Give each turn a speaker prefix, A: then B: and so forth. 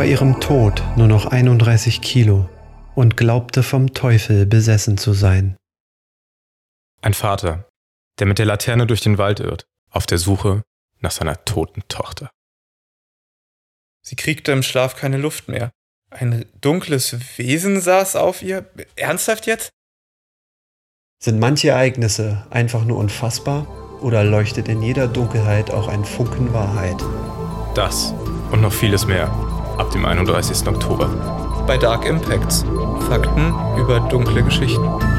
A: bei ihrem Tod nur noch 31 Kilo und glaubte vom Teufel besessen zu sein.
B: Ein Vater, der mit der Laterne durch den Wald irrt, auf der Suche nach seiner toten Tochter.
C: Sie kriegte im Schlaf keine Luft mehr. Ein dunkles Wesen saß auf ihr. Ernsthaft jetzt?
A: Sind manche Ereignisse einfach nur unfassbar oder leuchtet in jeder Dunkelheit auch ein Funken Wahrheit?
B: Das und noch vieles mehr ab dem 31. Oktober.
C: Bei Dark Impacts. Fakten über dunkle Geschichten.